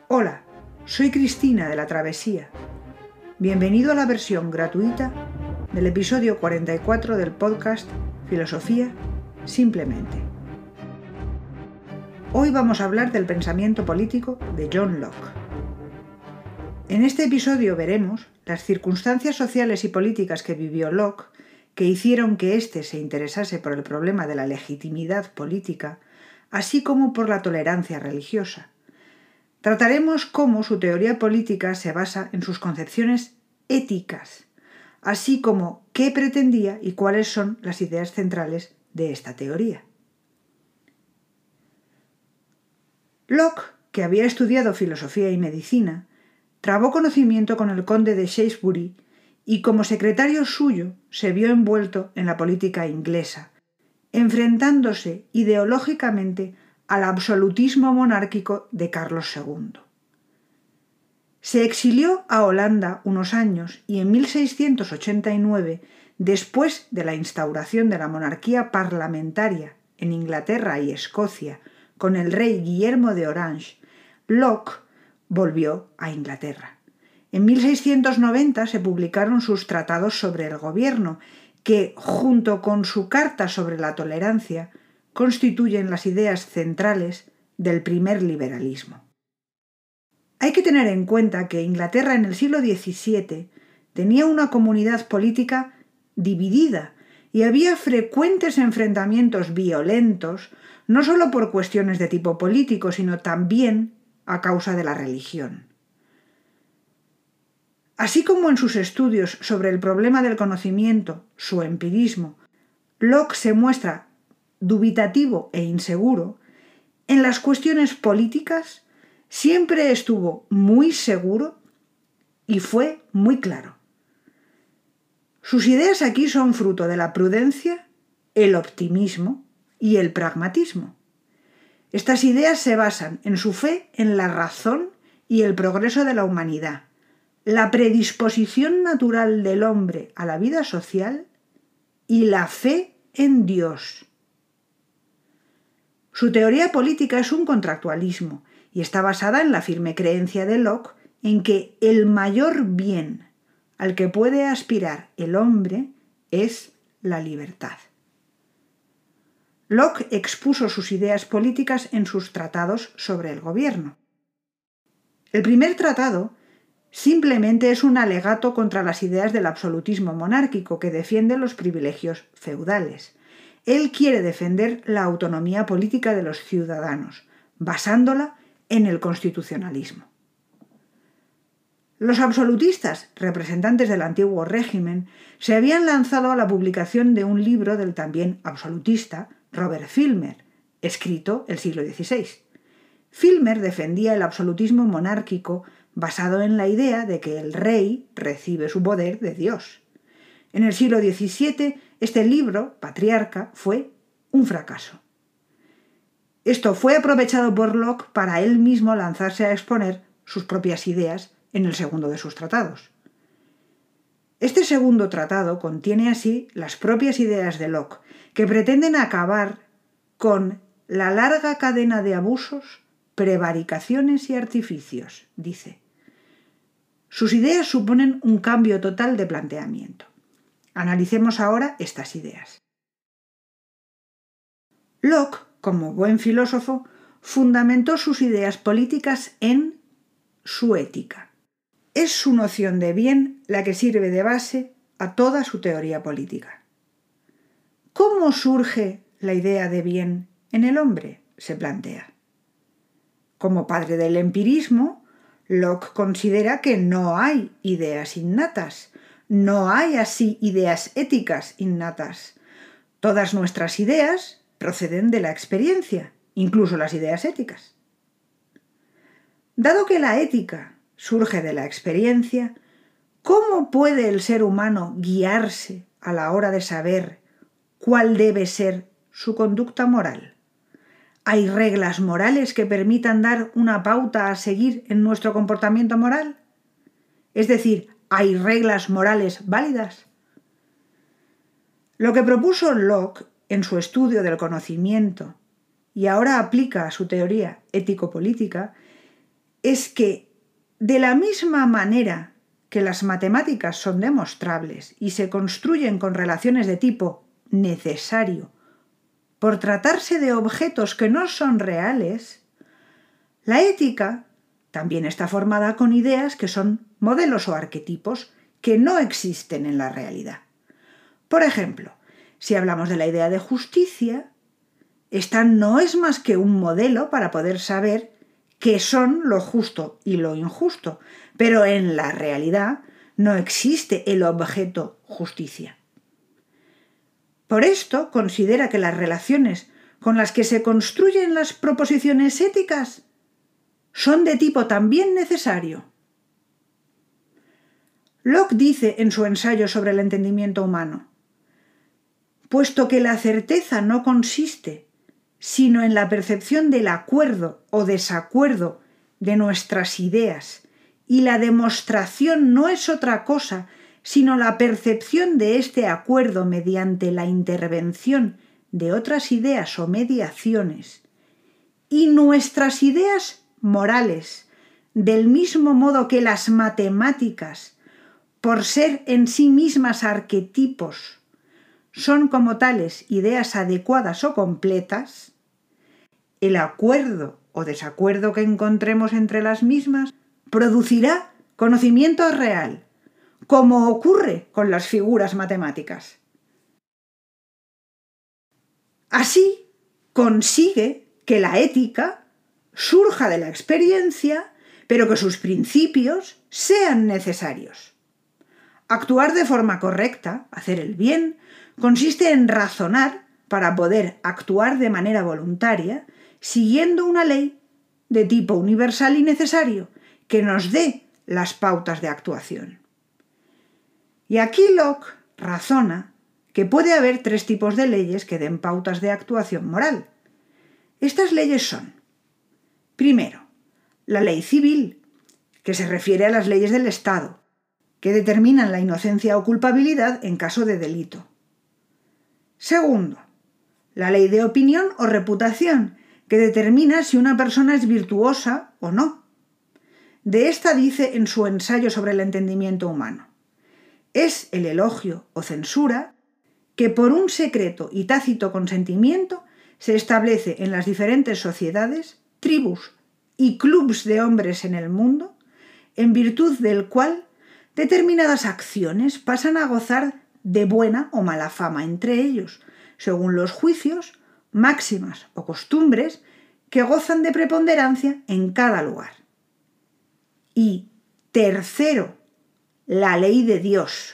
Hola, soy Cristina de La Travesía. Bienvenido a la versión gratuita del episodio 44 del podcast Filosofía Simplemente. Hoy vamos a hablar del pensamiento político de John Locke. En este episodio veremos las circunstancias sociales y políticas que vivió Locke que hicieron que éste se interesase por el problema de la legitimidad política, así como por la tolerancia religiosa. Trataremos cómo su teoría política se basa en sus concepciones éticas, así como qué pretendía y cuáles son las ideas centrales de esta teoría. Locke, que había estudiado filosofía y medicina, trabó conocimiento con el conde de Shaftesbury y como secretario suyo se vio envuelto en la política inglesa, enfrentándose ideológicamente al absolutismo monárquico de Carlos II. Se exilió a Holanda unos años y en 1689, después de la instauración de la monarquía parlamentaria en Inglaterra y Escocia con el rey Guillermo de Orange, Locke volvió a Inglaterra. En 1690 se publicaron sus tratados sobre el gobierno, que, junto con su carta sobre la tolerancia, constituyen las ideas centrales del primer liberalismo. Hay que tener en cuenta que Inglaterra en el siglo XVII tenía una comunidad política dividida y había frecuentes enfrentamientos violentos, no solo por cuestiones de tipo político, sino también a causa de la religión. Así como en sus estudios sobre el problema del conocimiento, su empirismo, Locke se muestra dubitativo e inseguro, en las cuestiones políticas siempre estuvo muy seguro y fue muy claro. Sus ideas aquí son fruto de la prudencia, el optimismo y el pragmatismo. Estas ideas se basan en su fe en la razón y el progreso de la humanidad, la predisposición natural del hombre a la vida social y la fe en Dios. Su teoría política es un contractualismo y está basada en la firme creencia de Locke en que el mayor bien al que puede aspirar el hombre es la libertad. Locke expuso sus ideas políticas en sus tratados sobre el gobierno. El primer tratado simplemente es un alegato contra las ideas del absolutismo monárquico que defiende los privilegios feudales. Él quiere defender la autonomía política de los ciudadanos, basándola en el constitucionalismo. Los absolutistas, representantes del antiguo régimen, se habían lanzado a la publicación de un libro del también absolutista Robert Filmer, escrito el siglo XVI. Filmer defendía el absolutismo monárquico basado en la idea de que el rey recibe su poder de Dios. En el siglo XVII, este libro, Patriarca, fue un fracaso. Esto fue aprovechado por Locke para él mismo lanzarse a exponer sus propias ideas en el segundo de sus tratados. Este segundo tratado contiene así las propias ideas de Locke, que pretenden acabar con la larga cadena de abusos, prevaricaciones y artificios, dice. Sus ideas suponen un cambio total de planteamiento. Analicemos ahora estas ideas. Locke, como buen filósofo, fundamentó sus ideas políticas en su ética. Es su noción de bien la que sirve de base a toda su teoría política. ¿Cómo surge la idea de bien en el hombre?, se plantea. Como padre del empirismo, Locke considera que no hay ideas innatas, no hay así ideas éticas innatas. Todas nuestras ideas proceden de la experiencia, incluso las ideas éticas. Dado que la ética surge de la experiencia, ¿cómo puede el ser humano guiarse a la hora de saber cuál debe ser su conducta moral? ¿Hay reglas morales que permitan dar una pauta a seguir en nuestro comportamiento moral? Es decir, ¿hay reglas morales válidas? Lo que propuso Locke en su estudio del conocimiento y ahora aplica a su teoría ético-política es que, de la misma manera que las matemáticas son demostrables y se construyen con relaciones de tipo necesario, por tratarse de objetos que no son reales, la ética también está formada con ideas que son modelos o arquetipos que no existen en la realidad. Por ejemplo, si hablamos de la idea de justicia, esta no es más que un modelo para poder saber qué son lo justo y lo injusto, pero en la realidad no existe el objeto justicia. Por esto considera que las relaciones con las que se construyen las proposiciones éticas son de tipo también necesario. Locke dice en su ensayo sobre el entendimiento humano: puesto que la certeza no consiste sino en la percepción del acuerdo o desacuerdo de nuestras ideas, y la demostración no es otra cosa sino la percepción de este acuerdo mediante la intervención de otras ideas o mediaciones, y nuestras ideas morales, del mismo modo que las matemáticas, por ser en sí mismas arquetipos, son como tales ideas adecuadas o completas, el acuerdo o desacuerdo que encontremos entre las mismas producirá conocimiento real, como ocurre con las figuras matemáticas. Así consigue que la ética surja de la experiencia, pero que sus principios sean necesarios. Actuar de forma correcta, hacer el bien, consiste en razonar para poder actuar de manera voluntaria, siguiendo una ley de tipo universal y necesario que nos dé las pautas de actuación. Y aquí Locke razona que puede haber tres tipos de leyes que den pautas de actuación moral. Estas leyes son: primero, la ley civil, que se refiere a las leyes del Estado, que determinan la inocencia o culpabilidad en caso de delito. Segundo, la ley de opinión o reputación, que determina si una persona es virtuosa o no. De esta dice en su ensayo sobre el entendimiento humano: es el elogio o censura que por un secreto y tácito consentimiento se establece en las diferentes sociedades, tribus y clubs de hombres en el mundo, en virtud del cual determinadas acciones pasan a gozar de buena o mala fama entre ellos, según los juicios, máximas o costumbres que gozan de preponderancia en cada lugar. Y tercero, la ley de Dios.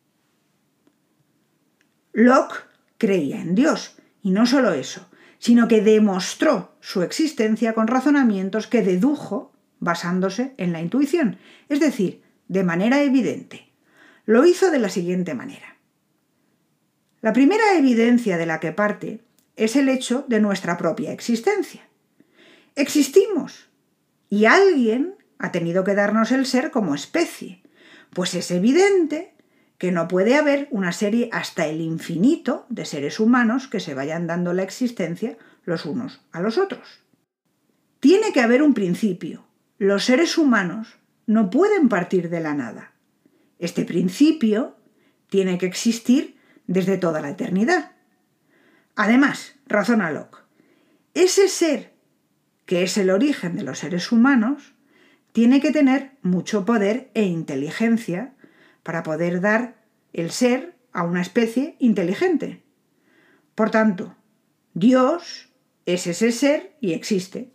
Locke creía en Dios, y no solo eso, sino que demostró su existencia con razonamientos que dedujo basándose en la intuición, es decir, de manera evidente. Lo hizo de la siguiente manera. La primera evidencia de la que parte es el hecho de nuestra propia existencia. Existimos, y alguien ha tenido que darnos el ser como especie, pues es evidente que no puede haber una serie hasta el infinito de seres humanos que se vayan dando la existencia los unos a los otros. Tiene que haber un principio. Los seres humanos no pueden partir de la nada. Este principio tiene que existir desde toda la eternidad. Además, razona Locke, ese ser que es el origen de los seres humanos tiene que tener mucho poder e inteligencia para poder dar el ser a una especie inteligente. Por tanto, Dios es ese ser y existe.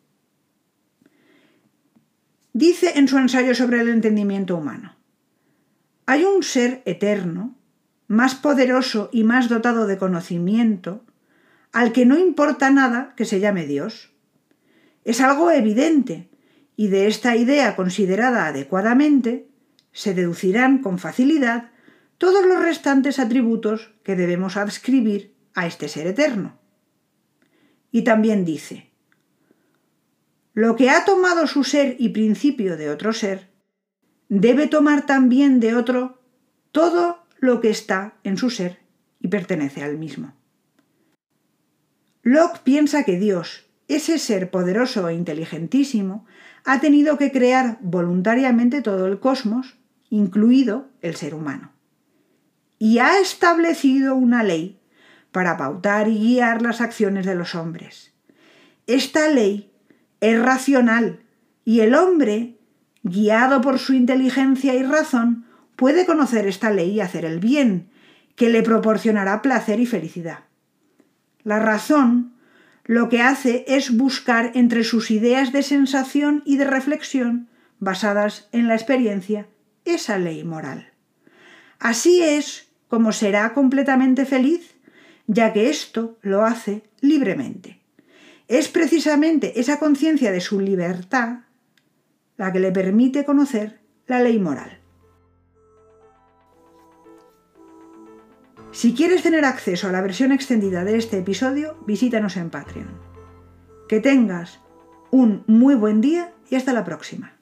Dice en su ensayo sobre el entendimiento humano: hay un ser eterno, más poderoso y más dotado de conocimiento, al que no importa nada que se llame Dios. Es algo evidente, y de esta idea considerada adecuadamente se deducirán con facilidad todos los restantes atributos que debemos adscribir a este ser eterno. Y también dice: lo que ha tomado su ser y principio de otro ser, debe tomar también de otro todo lo que está en su ser y pertenece al mismo. Locke piensa que Dios, ese ser poderoso e inteligentísimo ha tenido que crear voluntariamente todo el cosmos, incluido el ser humano. Y ha establecido una ley para pautar y guiar las acciones de los hombres. Esta ley es racional y el hombre, guiado por su inteligencia y razón, puede conocer esta ley y hacer el bien, que le proporcionará placer y felicidad. La razón lo que hace es buscar entre sus ideas de sensación y de reflexión, basadas en la experiencia, esa ley moral. Así es como será completamente feliz, ya que esto lo hace libremente. Es precisamente esa conciencia de su libertad la que le permite conocer la ley moral. Si quieres tener acceso a la versión extendida de este episodio, visítanos en Patreon. Que tengas un muy buen día y hasta la próxima.